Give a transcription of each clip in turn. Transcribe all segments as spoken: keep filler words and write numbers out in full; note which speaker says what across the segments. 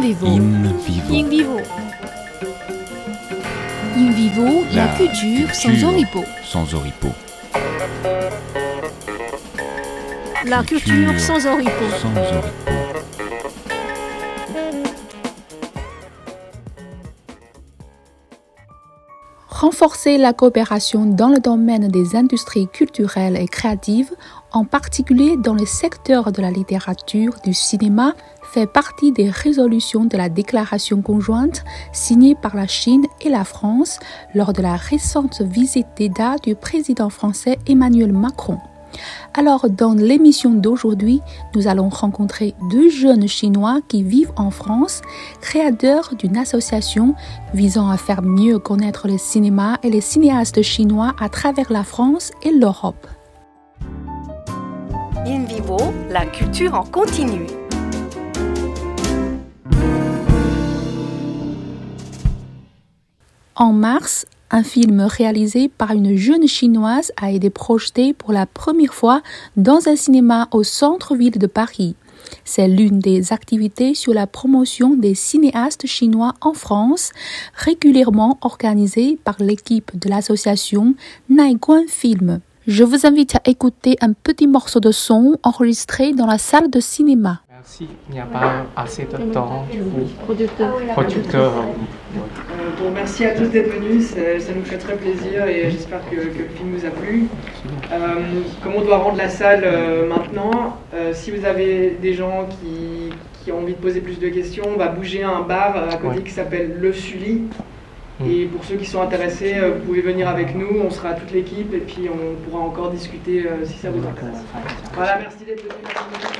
Speaker 1: vivo.
Speaker 2: In vivo.
Speaker 1: In vivo. In vivo, la, la culture, culture sans oripeau.
Speaker 2: Sans oripeau.
Speaker 1: La culture, culture sans oripeau.
Speaker 2: Sans oripeau.
Speaker 3: Renforcer la coopération dans le domaine des industries culturelles et créatives, en particulier dans le secteur de la littérature, du cinéma, fait partie des résolutions de la déclaration conjointe signée par la Chine et la France lors de la récente visite d'État du président français Emmanuel Macron. Alors, dans l'émission d'aujourd'hui, nous allons rencontrer deux jeunes Chinois qui vivent en France, créateurs d'une association visant à faire mieux connaître le cinéma et les cinéastes chinois à travers la France et l'Europe.
Speaker 4: In vivo, la culture en continu.
Speaker 3: En mars, un film réalisé par une jeune chinoise a été projeté pour la première fois dans un cinéma au centre-ville de Paris. C'est l'une des activités sur la promotion des cinéastes chinois en France, régulièrement organisée par l'équipe de l'association Naiguan Film. Je vous invite à écouter un petit morceau de son enregistré dans la salle de cinéma.
Speaker 5: Merci, il n'y a pas assez de temps, du coup.
Speaker 1: Producteur.
Speaker 5: Producteur.
Speaker 6: Euh, bon, merci à tous d'être venus, ça, ça nous fait très plaisir et j'espère que, que le film vous a plu. Euh, comme on doit rendre la salle euh, maintenant, euh, si vous avez des gens qui, qui ont envie de poser plus de questions, on va bouger à un bar à côté ouais. qui s'appelle Le Sully. Et pour ceux qui sont intéressés, vous pouvez venir avec nous, on sera toute l'équipe et puis on pourra encore discuter euh, si ça vous intéresse. Voilà, merci d'être venus.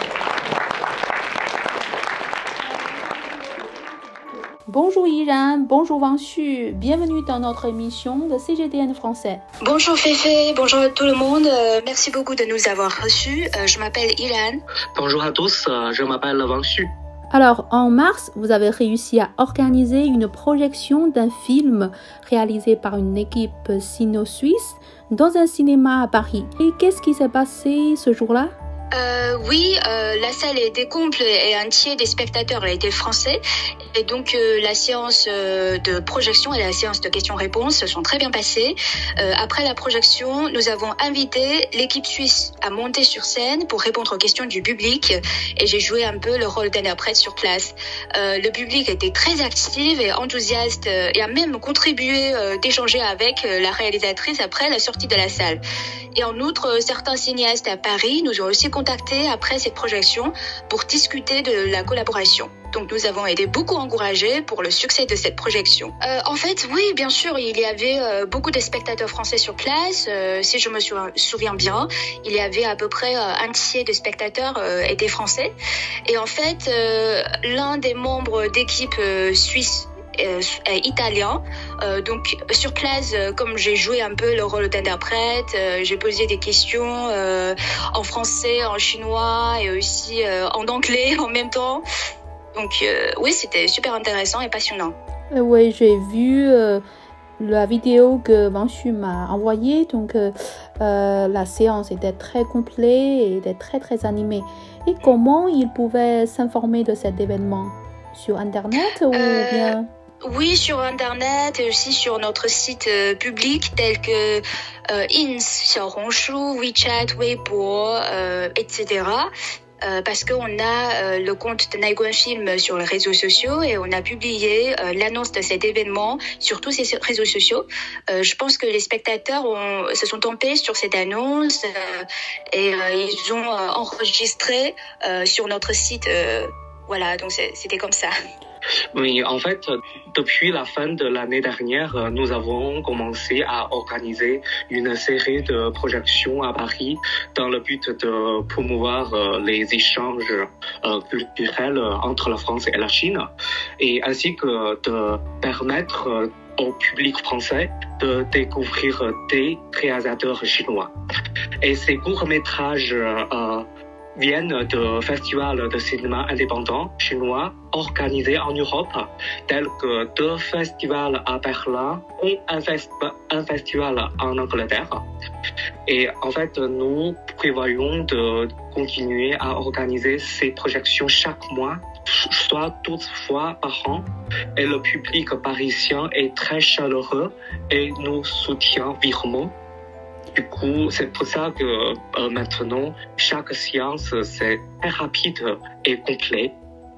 Speaker 3: Bonjour Yiran, bonjour Wang Xu, bienvenue dans notre émission de C G T N français.
Speaker 7: Bonjour Féfé, bonjour à tout le monde, euh, merci beaucoup de nous avoir reçus. Euh, je m'appelle Yiran.
Speaker 8: Bonjour à tous, je m'appelle Wang Xu.
Speaker 3: Alors, en mars, vous avez réussi à organiser une projection d'un film réalisé par une équipe sino-suisse dans un cinéma à Paris. Et qu'est-ce qui s'est passé ce jour-là ?
Speaker 7: Euh, oui, euh, la salle était complète et un tiers des spectateurs étaient français. Et donc, euh, la séance euh, de projection et la séance de questions-réponses se sont très bien passées. Euh, après la projection, nous avons invité l'équipe suisse à monter sur scène pour répondre aux questions du public. Et j'ai joué un peu le rôle d'interprète sur place. Euh, le public était très actif et enthousiaste euh, et a même contribué euh, d'échanger avec euh, la réalisatrice après la sortie de la salle. Et en outre, certains cinéastes à Paris nous ont aussi contactés après cette projection pour discuter de la collaboration. Donc nous avons été beaucoup encouragés pour le succès de cette projection. Euh, en fait, oui, bien sûr, il y avait euh, beaucoup de spectateurs français sur place. Euh, si je me sou- souviens bien, il y avait à peu près euh, un tiers de spectateurs euh, étaient français. Et en fait, euh, l'un des membres d'équipe euh, suisse Euh, italien. Euh, donc sur place, euh, comme j'ai joué un peu le rôle d'interprète, euh, j'ai posé des questions euh, en français, en chinois et aussi euh, en anglais en même temps. Donc euh, oui, c'était super intéressant et passionnant.
Speaker 3: Euh, oui, j'ai vu euh, la vidéo que Wang Xu m'a envoyée. Donc euh, euh, la séance était très complète et était très très animée. Et comment il pouvait s'informer de cet événement ? Sur Internet ou
Speaker 7: euh...
Speaker 3: bien...
Speaker 7: Oui, sur Internet et aussi sur notre site euh, public tel que euh, Ins, Xiaohongshu, WeChat, Weibo, euh, et cetera. Euh, parce qu'on a euh, le compte de Naiguan Film sur les réseaux sociaux et on a publié euh, l'annonce de cet événement sur tous ces réseaux sociaux. Euh, je pense que les spectateurs ont, se sont tombés sur cette annonce euh, et euh, ils ont euh, enregistré euh, sur notre site. Euh, voilà, donc c'est, c'était comme ça.
Speaker 8: Oui, en fait, depuis la fin de l'année dernière, nous avons commencé à organiser une série de projections à Paris dans le but de promouvoir les échanges culturels entre la France et la Chine, et ainsi que de permettre au public français de découvrir des réalisateurs chinois. Et ces courts-métrages euh, viennent de festivals de cinéma indépendants chinois organisés en Europe, tels que deux festivals à Berlin et un, fest- un festival en Angleterre. Et en fait, nous prévoyons de continuer à organiser ces projections chaque mois, soit toutefois par an. Et le public parisien est très chaleureux et nous soutient vivement. Du coup, c'est pour ça que euh, maintenant, chaque séance, c'est très rapide et complet.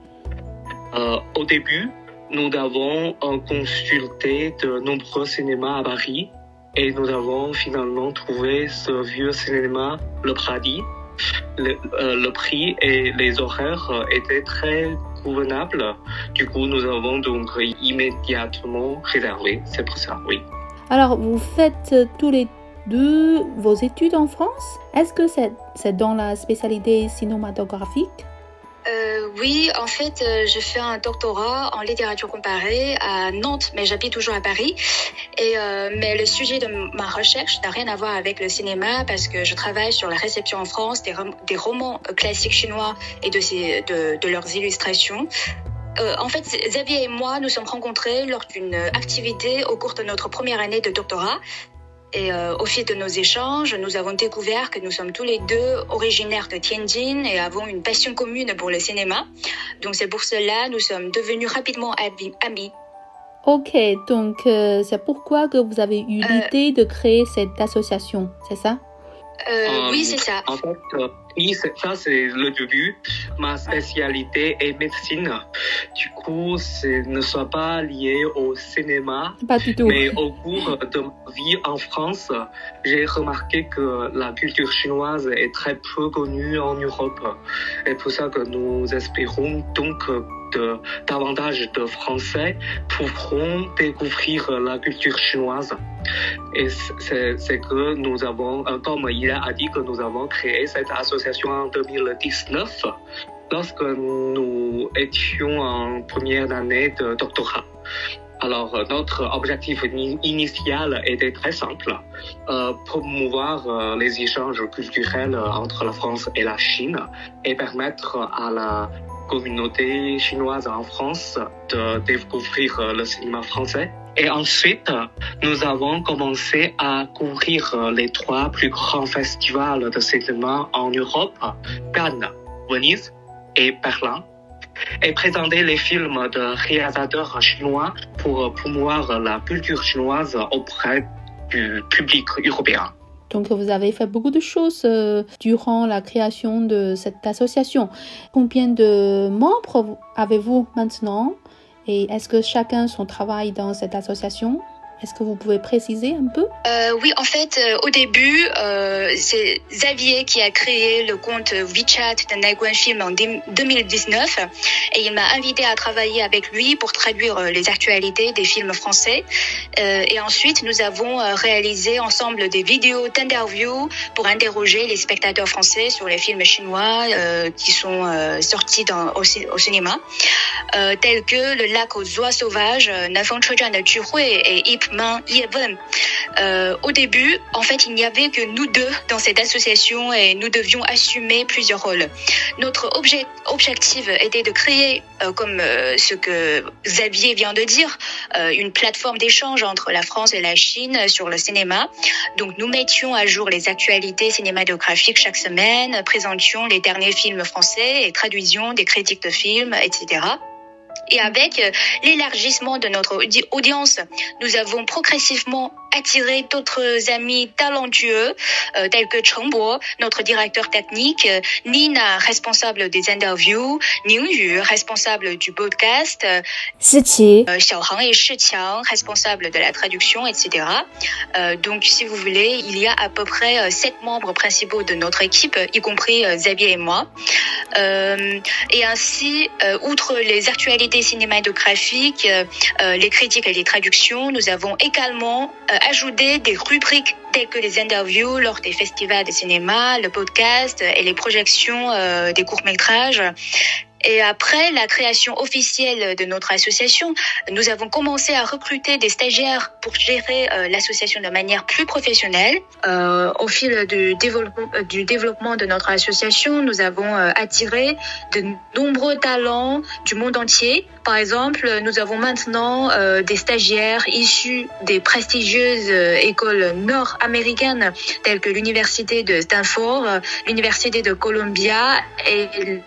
Speaker 8: Euh, au début, nous avons euh, consulté de nombreux cinémas à Paris et nous avons finalement trouvé ce vieux cinéma, Le Paradis. Le, euh, le prix et les horaires étaient très convenables. Du coup, nous avons donc immédiatement réservé. C'est pour ça, oui.
Speaker 3: Alors, vous faites tous les deux vos études en France? Est-ce que c'est, c'est dans la spécialité cinématographique?
Speaker 7: Euh, oui, en fait, euh, je fais un doctorat en littérature comparée à Nantes, mais j'habite toujours à Paris. Et euh, mais le sujet de ma recherche n'a rien à voir avec le cinéma parce que je travaille sur la réception en France des, rom- des romans classiques chinois et de, ces, de, de leurs illustrations. Euh, en fait, Xavier et moi nous sommes rencontrés lors d'une activité au cours de notre première année de doctorat. Et euh, au fil de nos échanges, nous avons découvert que nous sommes tous les deux originaires de Tianjin et avons une passion commune pour le cinéma. Donc c'est pour cela nous sommes devenus rapidement amis.
Speaker 3: Ok, donc euh, c'est pourquoi que vous avez eu l'idée euh, de créer cette association, c'est ça?
Speaker 7: euh, euh, Oui, c'est ça.
Speaker 8: En fait, euh, oui, c'est, ça c'est le début. Ma spécialité est médecine. Du coup, ce ne soit pas lié au cinéma.
Speaker 3: Pas du tout.
Speaker 8: Mais au cours de ma vie en France, j'ai remarqué que la culture chinoise est très peu connue en Europe. Et pour ça que nous espérons donc que davantage de Français pourront découvrir la culture chinoise. Et c'est, c'est que nous avons, comme il a dit que nous avons créé cette association en deux mille dix-neuf, lorsque nous étions en première année de doctorat. Alors, notre objectif initial était très simple, euh, promouvoir euh, les échanges culturels entre la France et la Chine et permettre à la communauté chinoise en France de découvrir le cinéma français. Et ensuite, nous avons commencé à couvrir les trois plus grands festivals de cinéma en Europe, Cannes, Venise et Berlin, et présenter les films de réalisateurs chinois pour promouvoir la culture chinoise auprès du public européen.
Speaker 3: Donc, vous avez fait beaucoup de choses euh, durant la création de cette association. Combien de membres avez-vous maintenant? Et est-ce que chacun son travail dans cette association? Est-ce que vous pouvez préciser un peu?
Speaker 7: euh, Oui, en fait, euh, au début, euh, c'est Xavier qui a créé le compte WeChat de Naiguan Film en deux mille dix-neuf et il m'a invité à travailler avec lui pour traduire les actualités des films français. Euh, et ensuite, nous avons réalisé ensemble des vidéos d'interviews pour interroger les spectateurs français sur les films chinois euh, qui sont euh, sortis dans, au, au cinéma, euh, tels que Le lac aux oies sauvages, Nanfeng Chezhan de Ju Hui et Ip Man Ye Wen. Euh, au début, en fait, il n'y avait que nous deux dans cette association et nous devions assumer plusieurs rôles. Notre obje- objectif était de créer, euh, comme euh, ce que Xavier vient de dire, euh, une plateforme d'échange entre la France et la Chine sur le cinéma. Donc, nous mettions à jour les actualités cinématographiques chaque semaine, présentions les derniers films français et traduisions des critiques de films, et cetera. Et avec l'élargissement de notre audi- audience, nous avons progressivement attiré d'autres amis talentueux, euh, tels que Cheng Bo, notre directeur technique, Nina, responsable des interviews, Ning Yu, responsable du podcast,
Speaker 1: Siqi,
Speaker 7: euh, Xiaohang et Shiqiang, responsable de la traduction, et cetera. Euh, donc, si vous voulez, il y a à peu près euh, sept membres principaux de notre équipe, y compris euh, Xavier et moi. Euh, et ainsi, euh, outre les actualités cinématographiques, euh, euh, les critiques et les traductions, nous avons également euh, ajouté des rubriques telles que les interviews lors des festivals de cinéma, le podcast et les projections euh, des courts-métrages. Et après la création officielle de notre association, nous avons commencé à recruter des stagiaires pour gérer euh, l'association de manière plus professionnelle. Euh, au fil du développement, euh, du développement de notre association, nous avons euh, attiré de nombreux talents du monde entier. Par exemple, nous avons maintenant euh, des stagiaires issus des prestigieuses euh, écoles nord-américaines telles que l'université de Stanford, euh, l'université de Columbia et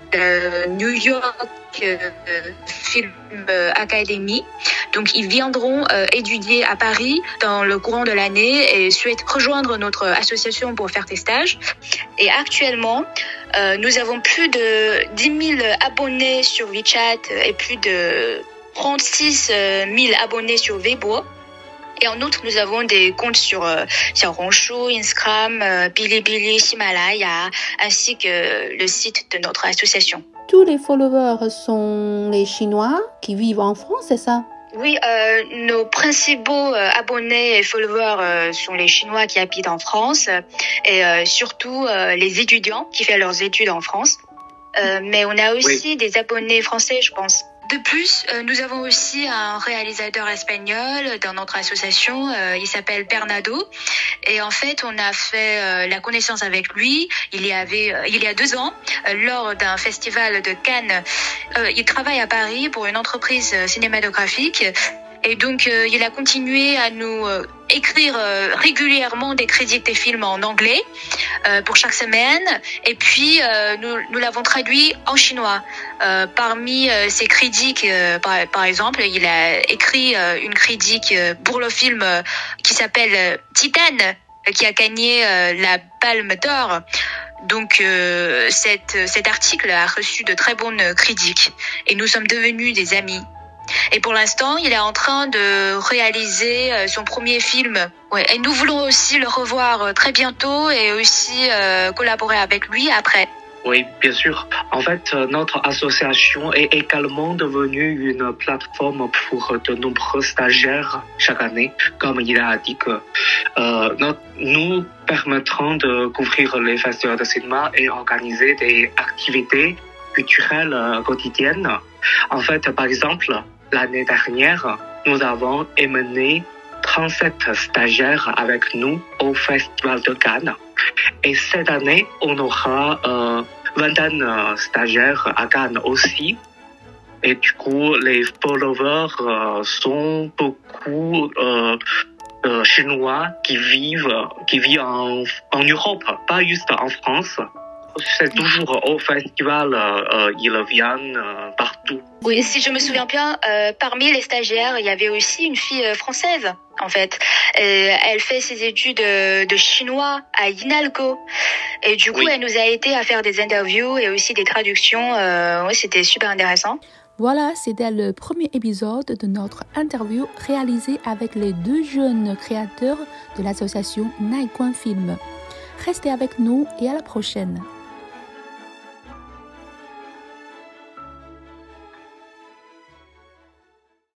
Speaker 7: le New York euh, Film Academy. Donc, ils viendront euh, étudier à Paris dans le courant de l'année et souhaitent rejoindre notre association pour faire des stages. Et actuellement, euh, nous avons plus de dix mille abonnés sur WeChat et plus de trente-six mille abonnés sur Weibo. Et en outre, nous avons des comptes sur euh, Xiaohongshu, Instagram, euh, Bilibili, Himalaya, ainsi que le site de notre association.
Speaker 3: Tous les followers sont les Chinois qui vivent en France, c'est ça?
Speaker 7: Oui, euh, nos principaux euh, abonnés et followers euh, sont les Chinois qui habitent en France et euh, surtout euh, les étudiants qui font leurs études en France. Euh, mais on a aussi oui. des abonnés français, je pense. De plus, euh, nous avons aussi un réalisateur espagnol dans notre association. Euh, il s'appelle Bernardo. Et en fait, on a fait euh, la connaissance avec lui il y avait euh, il y a deux ans euh, lors d'un festival de Cannes. Euh, il travaille à Paris pour une entreprise cinématographique. Et donc, euh, il a continué à nous euh, écrire euh, régulièrement des critiques des films en anglais euh, pour chaque semaine. Et puis, euh, nous, nous l'avons traduit en chinois. Euh, parmi euh, ces critiques, euh, par, par exemple, il a écrit euh, une critique euh, pour le film euh, qui s'appelle euh, Titan, euh, qui a gagné euh, la Palme d'Or. Donc, euh, cette, cet article a reçu de très bonnes critiques. Et nous sommes devenus des amis. Et pour l'instant, il est en train de réaliser son premier film. Ouais. Et nous voulons aussi le revoir très bientôt et aussi euh, collaborer avec lui après.
Speaker 8: Oui, bien sûr. En fait, notre association est également devenue une plateforme pour de nombreux stagiaires chaque année. Comme il a dit que euh, notre, nous permettrons de couvrir les festivals de cinéma et organiser des activités culturelles euh, quotidiennes. En fait, par exemple, l'année dernière, nous avons emmené trente-sept stagiaires avec nous au Festival de Cannes. Et cette année, on aura euh, vingtaine de stagiaires à Cannes aussi. Et du coup, les followers euh, sont beaucoup euh, euh, chinois qui vivent, qui vivent en, en Europe, pas juste en France. C'est toujours au festival, euh, ils viennent euh, partout.
Speaker 7: Oui, si je me souviens bien, euh, parmi les stagiaires, il y avait aussi une fille française, en fait. Et elle fait ses études de chinois à INALCO. Et du coup, oui. elle nous a aidé à faire des interviews et aussi des traductions. Euh, oui, c'était super intéressant.
Speaker 3: Voilà, c'était le premier épisode de notre interview réalisé avec les deux jeunes créateurs de l'association Naiguan Film. Restez avec nous et à la prochaine.